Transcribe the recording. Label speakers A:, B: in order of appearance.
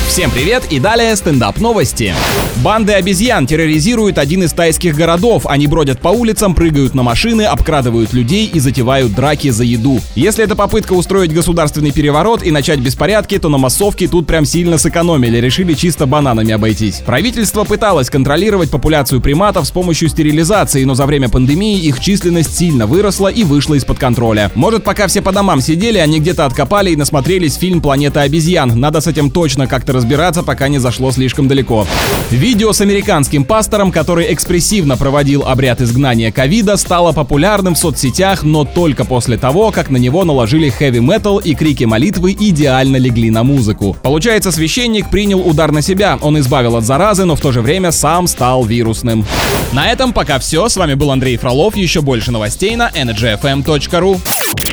A: Всем привет и далее стендап-новости. Банды обезьян терроризируют один из тайских городов. Они бродят по улицам, прыгают на машины, обкрадывают людей и затевают драки за еду. Если это попытка устроить государственный переворот и начать беспорядки, то на массовке тут прям сильно сэкономили, решили чисто бананами обойтись. Правительство пыталось контролировать популяцию приматов с помощью стерилизации, но за время пандемии их численность сильно выросла и вышла из-под контроля. Может, пока все по домам сидели, они где-то откопали и насмотрелись фильм «Планета обезьян». Надо с этим точно как-то разбираться, пока не зашло слишком далеко. Видео с американским пастором, который экспрессивно проводил обряд изгнания ковида, стало популярным в соцсетях, но только после того, как на него наложили хэви-метал и крики молитвы идеально легли на музыку. Получается, священник принял удар на себя, он избавил от заразы, но в то же время сам стал вирусным. На этом пока все. С вами был Андрей Фролов. Еще больше новостей на energyfm.ru.